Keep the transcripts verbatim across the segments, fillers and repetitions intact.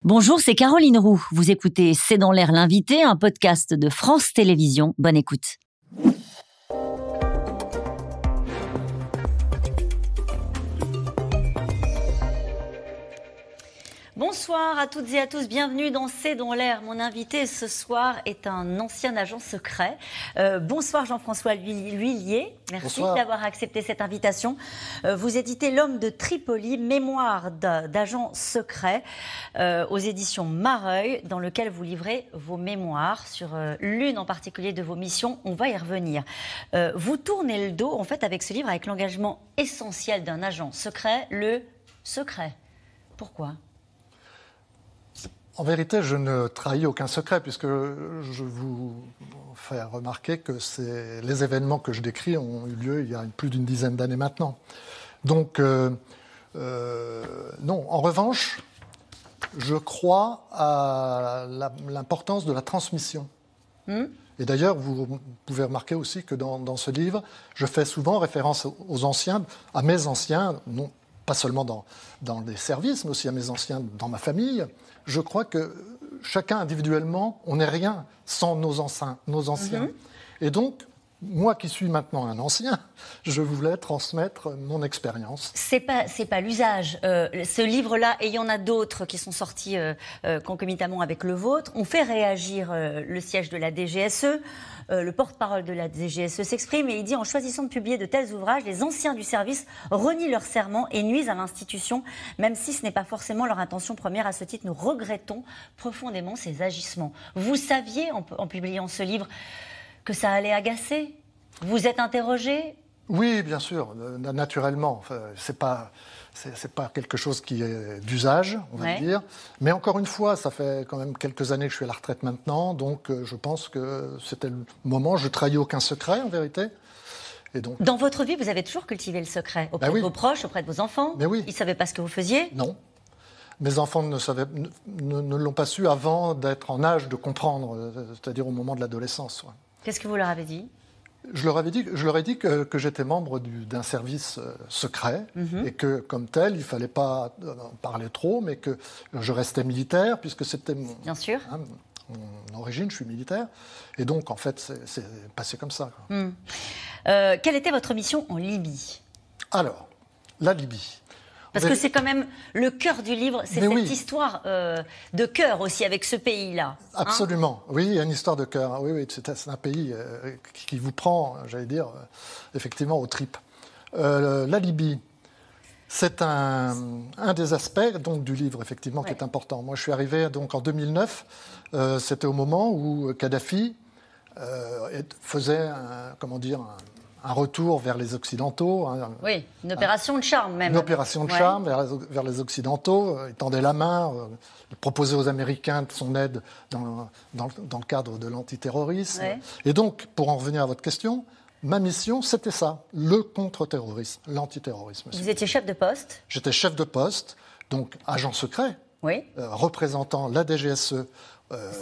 Bonjour, c'est Caroline Roux. Vous écoutez C'est dans l'air l'invité, un podcast de France Télévisions. Bonne écoute. Bonsoir à toutes et à tous, bienvenue dans C'est dans l'air. Mon invité ce soir est un ancien agent secret. Euh, bonsoir Jean-François L'Huillier, merci d'avoir accepté cette invitation. Euh, vous éditez L'homme de Tripoli, mémoire d'agent secret euh, aux éditions Mareuil, dans lequel vous livrez vos mémoires sur euh, l'une en particulier de vos missions. On va y revenir. Euh, vous tournez le dos en fait avec ce livre, avec l'engagement essentiel d'un agent secret, le secret. Pourquoi ? En vérité, je ne trahis aucun secret, puisque je vous fais remarquer que les événements que je décris ont eu lieu il y a plus d'une dizaine d'années maintenant. Donc, euh, euh, non. En revanche, je crois à l'importance de la transmission. Mmh. Et d'ailleurs, vous pouvez remarquer aussi que dans, dans ce livre, je fais souvent référence aux anciens, à mes anciens, non pas seulement dans, dans les services, mais aussi à mes anciens dans ma famille. Je crois que chacun individuellement, on n'est rien sans nos anciens. Nos anciens. Mm-hmm. Et donc, moi qui suis maintenant un ancien, je voulais transmettre mon expérience. C'est pas, c'est pas l'usage. Euh, ce livre-là, et il y en a d'autres qui sont sortis euh, euh, concomitamment avec le vôtre, on fait réagir euh, le siège de la D G S E. Euh, le porte-parole de la D G S E s'exprime et il dit « En choisissant de publier de tels ouvrages, les anciens du service renient leur serment et nuisent à l'institution, même si ce n'est pas forcément leur intention première. À ce titre, nous regrettons profondément ces agissements. » Vous saviez, en, en publiant ce livre, que ça allait agacer ? Vous êtes interrogé ? Oui, bien sûr, naturellement. Enfin, c'est pas... C'est, c'est pas quelque chose qui est d'usage, on va ouais. dire. Mais encore une fois, ça fait quand même quelques années que je suis à la retraite maintenant, donc euh, je pense que c'était le moment. Je trahis aucun secret, en vérité. Et donc... Dans votre vie, vous avez toujours cultivé le secret auprès ben oui. de vos proches, auprès de vos enfants. Mais oui. Ils ne savaient pas ce que vous faisiez ? Non. Mes enfants ne, savaient, ne, ne l'ont pas su avant d'être en âge de comprendre, c'est-à-dire au moment de l'adolescence. Ouais. Qu'est-ce que vous leur avez dit ? Je leur, avais dit, je leur ai dit que, que j'étais membre du, d'un service euh, secret mmh. et que, comme tel, il ne fallait pas euh, parler trop, mais que je restais militaire, puisque c'était mon, Bien sûr. Hein, mon origine, je suis militaire. Et donc, en fait, c'est, c'est passé comme ça. Mmh. Euh, quelle était votre mission en Libye ? Alors, la Libye. Parce que c'est quand même le cœur du livre, c'est Mais cette oui. histoire euh, de cœur aussi avec ce pays-là. Absolument, hein oui, il y a une histoire de cœur. Oui, oui, c'est, c'est un pays euh, qui vous prend, j'allais dire, euh, effectivement, aux tripes. Euh, la Libye, c'est un, un des aspects donc, du livre, effectivement, ouais. qui est important. Moi, je suis arrivé donc, en deux mille neuf, euh, c'était au moment où Kadhafi euh, faisait, un, comment dire, un, un retour vers les Occidentaux. Hein, oui, une opération un, de charme même. Une opération de ouais. charme vers, vers les Occidentaux. Il tendait la main, euh, il proposait aux Américains de son aide dans, dans, dans le cadre de l'antiterrorisme. Ouais. Et donc, pour en revenir à votre question, ma mission, c'était ça, le contre-terrorisme, l'antiterrorisme. Vous étiez chef de poste ? J'étais chef de poste, donc agent secret, oui. euh, représentant la D G S E euh,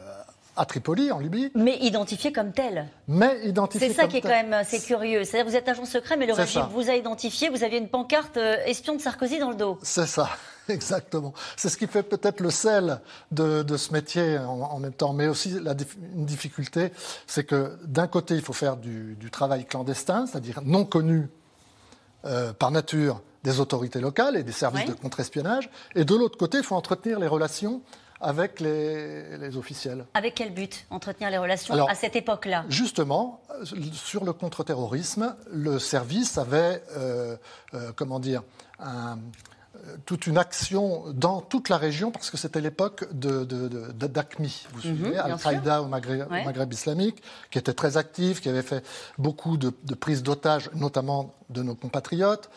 à Tripoli, en Libye. Mais identifié comme tel. Mais identifié C'est ça comme qui est tel. quand même assez curieux. C'est-à-dire que vous êtes agent secret, mais le c'est régime ça. vous a identifié, vous aviez une pancarte euh, espion de Sarkozy dans le dos. C'est ça, exactement. C'est ce qui fait peut-être le sel de, de ce métier en, en même temps. Mais aussi, la, une difficulté, c'est que d'un côté, il faut faire du, du travail clandestin, c'est-à-dire non connu euh, par nature des autorités locales et des services oui. de contre-espionnage. Et de l'autre côté, il faut entretenir les relations avec les, les officiels. Avec quel but ? Entretenir les relations Alors, à cette époque-là ? Justement, sur le contre-terrorisme, le service avait, euh, euh, comment dire, un, euh, toute une action dans toute la région, parce que c'était l'époque de, de, de, d'A Q M I, vous vous souvenez, mmh, Al-Qaïda au Maghreb, ouais. au Maghreb islamique, qui était très actif, qui avait fait beaucoup de, de prises d'otages, notamment de nos compatriotes.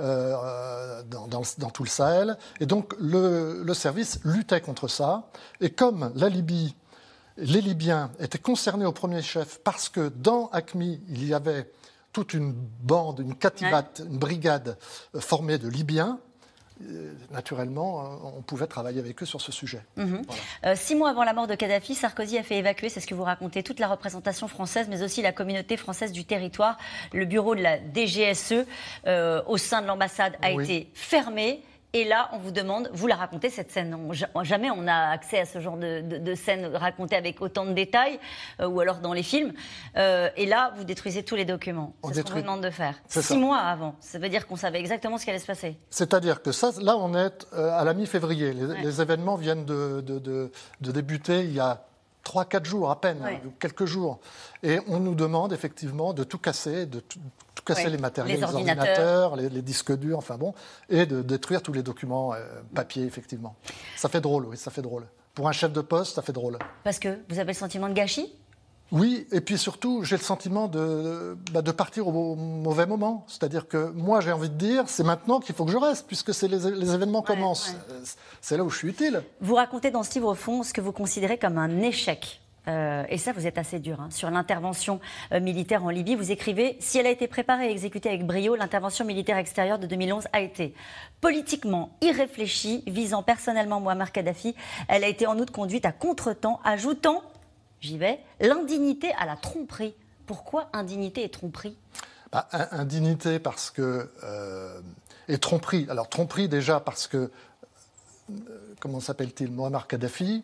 Euh, dans, dans, dans tout le Sahel. Et donc, le, le service luttait contre ça. Et comme la Libye, les Libyens étaient concernés au premier chef parce que dans A Q M I, il y avait toute une bande, une katibat, ouais. une brigade formée de Libyens, naturellement, on pouvait travailler avec eux sur ce sujet. Mmh. Voilà. Euh, six mois avant la mort de Kadhafi, Sarkozy a fait évacuer, c'est ce que vous racontez, toute la représentation française, mais aussi la communauté française du territoire. Le bureau de la D G S E euh, au sein de l'ambassade a oui. été fermé Et là, on vous demande, vous la racontez cette scène. On, jamais on a accès à ce genre de, de, de scène racontée avec autant de détails, euh, ou alors dans les films. Euh, et là, vous détruisez tous les documents. C'est ce qu'on vous demande de faire. Six ça. mois avant. Ça veut dire qu'on savait exactement ce qui allait se passer. C'est-à-dire que ça, là, on est à la mi-février. Les, ouais. les événements viennent de, de, de, de débuter il y a trois, quatre jours à peine, ouais. hein, quelques jours. Et on nous demande effectivement de tout casser, de tout, tout casser ouais. les matériels, les, les ordinateurs, ordinateurs les, les disques durs, enfin bon, et de détruire tous les documents euh, papier, effectivement. Ça fait drôle, oui, ça fait drôle. Pour un chef de poste, ça fait drôle. Parce que vous avez le sentiment de gâchis ? Oui, et puis surtout, j'ai le sentiment de, bah, de partir au mauvais moment. C'est-à-dire que moi, j'ai envie de dire, c'est maintenant qu'il faut que je reste, puisque c'est les, les événements ouais, commencent. Ouais. C'est là où je suis utile. Vous racontez dans ce livre, au fond, ce que vous considérez comme un échec. Euh, et ça, vous êtes assez dur. Hein. Sur l'intervention euh, militaire en Libye, vous écrivez « Si elle a été préparée et exécutée avec brio, l'intervention militaire extérieure de deux mille onze a été politiquement irréfléchie, visant personnellement Mouammar Kadhafi. Elle a été en outre conduite à contretemps, ajoutant... J'y vais. L'indignité à la tromperie. Pourquoi indignité et tromperie ? bah, Indignité parce que... Euh, et tromperie. Alors tromperie déjà parce que... Euh, comment s'appelle-t-il ? Mouammar Kadhafi,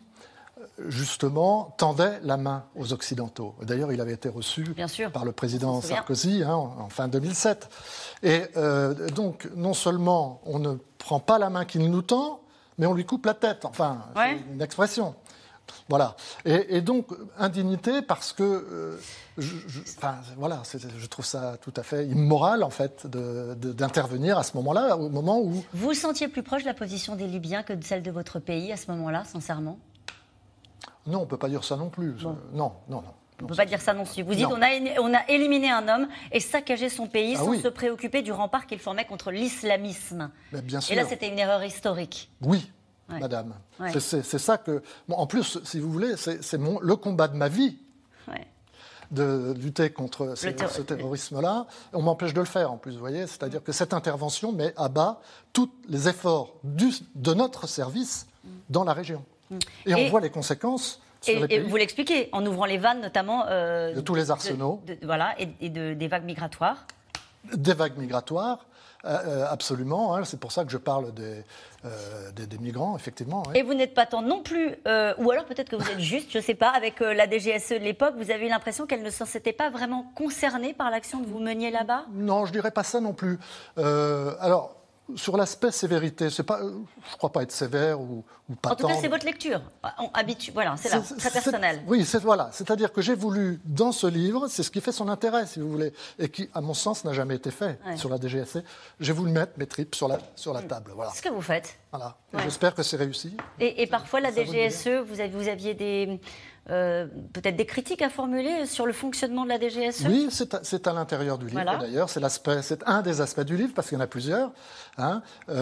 justement, tendait la main aux Occidentaux. D'ailleurs, il avait été reçu par le président Sarkozy hein, en, en fin deux mille sept. Et euh, donc, non seulement on ne prend pas la main qu'il nous tend, mais on lui coupe la tête. Enfin, ouais. c'est une expression. Voilà. Et, et donc, indignité parce que, euh, je, je, enfin, voilà, c'est, je trouve ça tout à fait immoral, en fait, de, de, d'intervenir à ce moment-là, au moment où... Vous vous sentiez plus proche de la position des Libyens que de celle de votre pays, à ce moment-là, sincèrement ? Non, on ne peut pas dire ça non plus. Bon. Non, non, non. On ne peut pas dire ça non plus. Vous dites on a, on a éliminé un homme et saccagé son pays ah, sans oui. se préoccuper du rempart qu'il formait contre l'islamisme. Mais bien sûr. Et là, c'était une erreur historique. Oui. Ouais. Madame. Ouais. C'est, c'est, c'est ça que... Bon, en plus, si vous voulez, c'est, c'est mon, le combat de ma vie ouais. de lutter contre ce, terro- ce terrorisme-là. On m'empêche de le faire, en plus, vous voyez. C'est-à-dire que cette intervention met à bas tous les efforts du, de notre service dans la région. Mm. Et, et on voit les conséquences sur et, les pays. Et vous l'expliquez, en ouvrant les vannes, notamment... Euh, de tous les arsenaux. De, de, voilà, et, et de, des vagues migratoires. Des vagues migratoires. Euh, absolument, hein, c'est pour ça que je parle des, euh, des, des migrants, effectivement. Ouais. Et vous n'êtes pas tant non plus, euh, ou alors peut-être que vous êtes juste, je ne sais pas, avec euh, la D G S E de l'époque, vous avez eu l'impression qu'elle ne s'était pas vraiment concernée par l'action que vous meniez là-bas ? Non, je ne dirais pas ça non plus. Euh, alors, sur l'aspect sévérité, c'est pas, je ne crois pas être sévère ou, ou pas En tout tendre. cas, c'est votre lecture. On habitue, voilà, c'est là, c'est, très personnel. C'est, oui, c'est, voilà. C'est-à-dire que j'ai voulu, dans ce livre, c'est ce qui fait son intérêt, si vous voulez, et qui, à mon sens, n'a jamais été fait ouais. sur la D G S E. J'ai voulu mettre mes tripes sur la, sur la table. Voilà. C'est ce que vous faites. Voilà. Et ouais. j'espère que c'est réussi. Et, et parfois, la D G S E, vous, avez, vous aviez des... Euh, peut-être des critiques à formuler sur le fonctionnement de la D G S E ? Oui, c'est à, c'est à l'intérieur du livre, voilà. d'ailleurs. C'est, l'aspect, c'est un des aspects du livre, parce qu'il y en a plusieurs. Hein.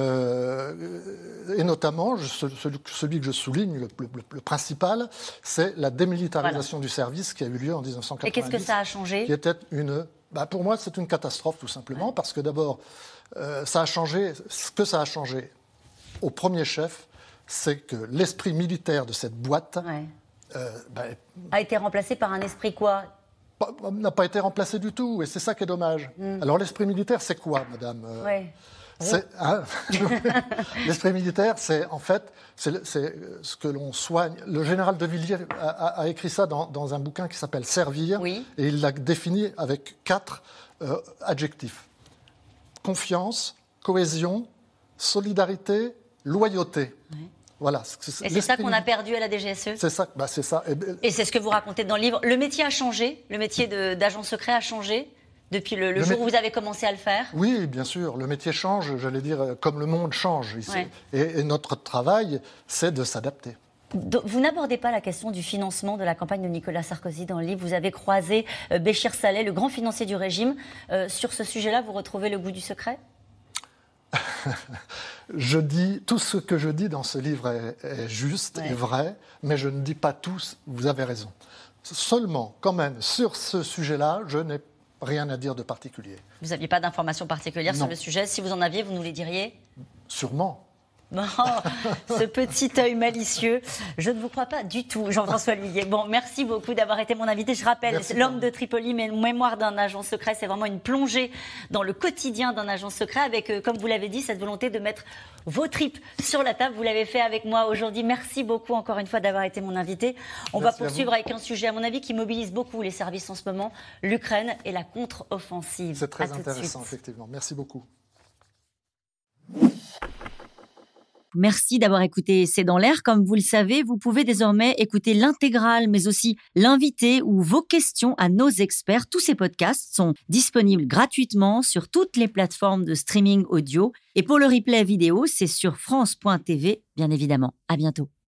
Euh, et notamment, je, celui, celui que je souligne, le, le, le principal, c'est la démilitarisation voilà. du service qui a eu lieu en dix-neuf cent quatre-vingt-dix. Et qu'est-ce que ça a changé ? Qui était une... Bah, pour moi, c'est une catastrophe, tout simplement, ouais. parce que d'abord, euh, ça a changé... Ce que ça a changé, au premier chef, c'est que l'esprit militaire de cette boîte... Ouais. Euh, ben, a été remplacé par un esprit quoi ? N'a pas été remplacé du tout, et c'est ça qui est dommage. Mm. Alors l'esprit militaire, c'est quoi, madame ? euh, ouais. c'est, hein, L'esprit militaire, c'est en fait c'est, c'est ce que l'on soigne. Le général de Villiers a, a, a écrit ça dans, dans un bouquin qui s'appelle Servir, oui. et il l'a défini avec quatre euh, adjectifs. Confiance, cohésion, solidarité, loyauté. Oui. Voilà. Et c'est ça qu'on a perdu à la D G S E ? C'est ça, bah c'est ça. Et, et c'est ce que vous racontez dans le livre. Le métier a changé, le métier de, d'agent secret a changé depuis le, le, le jour mé... où vous avez commencé à le faire ? Oui, bien sûr. Le métier change, j'allais dire, comme le monde change ici. Ouais. Et, et notre travail, c'est de s'adapter. Vous n'abordez pas la question du financement de la campagne de Nicolas Sarkozy dans le livre. Vous avez croisé euh, Béchir Saleh, le grand financier du régime. Euh, sur ce sujet-là, vous retrouvez le goût du secret ? Je dis, tout ce que je dis dans ce livre est, est juste ouais. et vrai, mais je ne dis pas tout, vous avez raison. Seulement, quand même, sur ce sujet-là, je n'ai rien à dire de particulier. Vous n'aviez pas d'informations particulières non. sur le sujet ? Si vous en aviez, vous nous les diriez ? Sûrement. Bon, ce petit œil malicieux, je ne vous crois pas du tout, Jean-François L'Huillier. Bon, merci beaucoup d'avoir été mon invité. Je rappelle, merci L'Homme de Tripoli, mémoire d'un agent secret, c'est vraiment une plongée dans le quotidien d'un agent secret avec, euh, comme vous l'avez dit, cette volonté de mettre vos tripes sur la table. Vous l'avez fait avec moi aujourd'hui. Merci beaucoup encore une fois d'avoir été mon invité. On merci va poursuivre avec un sujet, à mon avis, qui mobilise beaucoup les services en ce moment, l'Ukraine et la contre-offensive. C'est très intéressant, effectivement. Merci beaucoup. Merci d'avoir écouté C'est dans l'air. Comme vous le savez, vous pouvez désormais écouter l'intégrale, mais aussi l'invité ou vos questions à nos experts. Tous ces podcasts sont disponibles gratuitement sur toutes les plateformes de streaming audio. Et pour le replay vidéo, c'est sur France point T V, bien évidemment. À bientôt.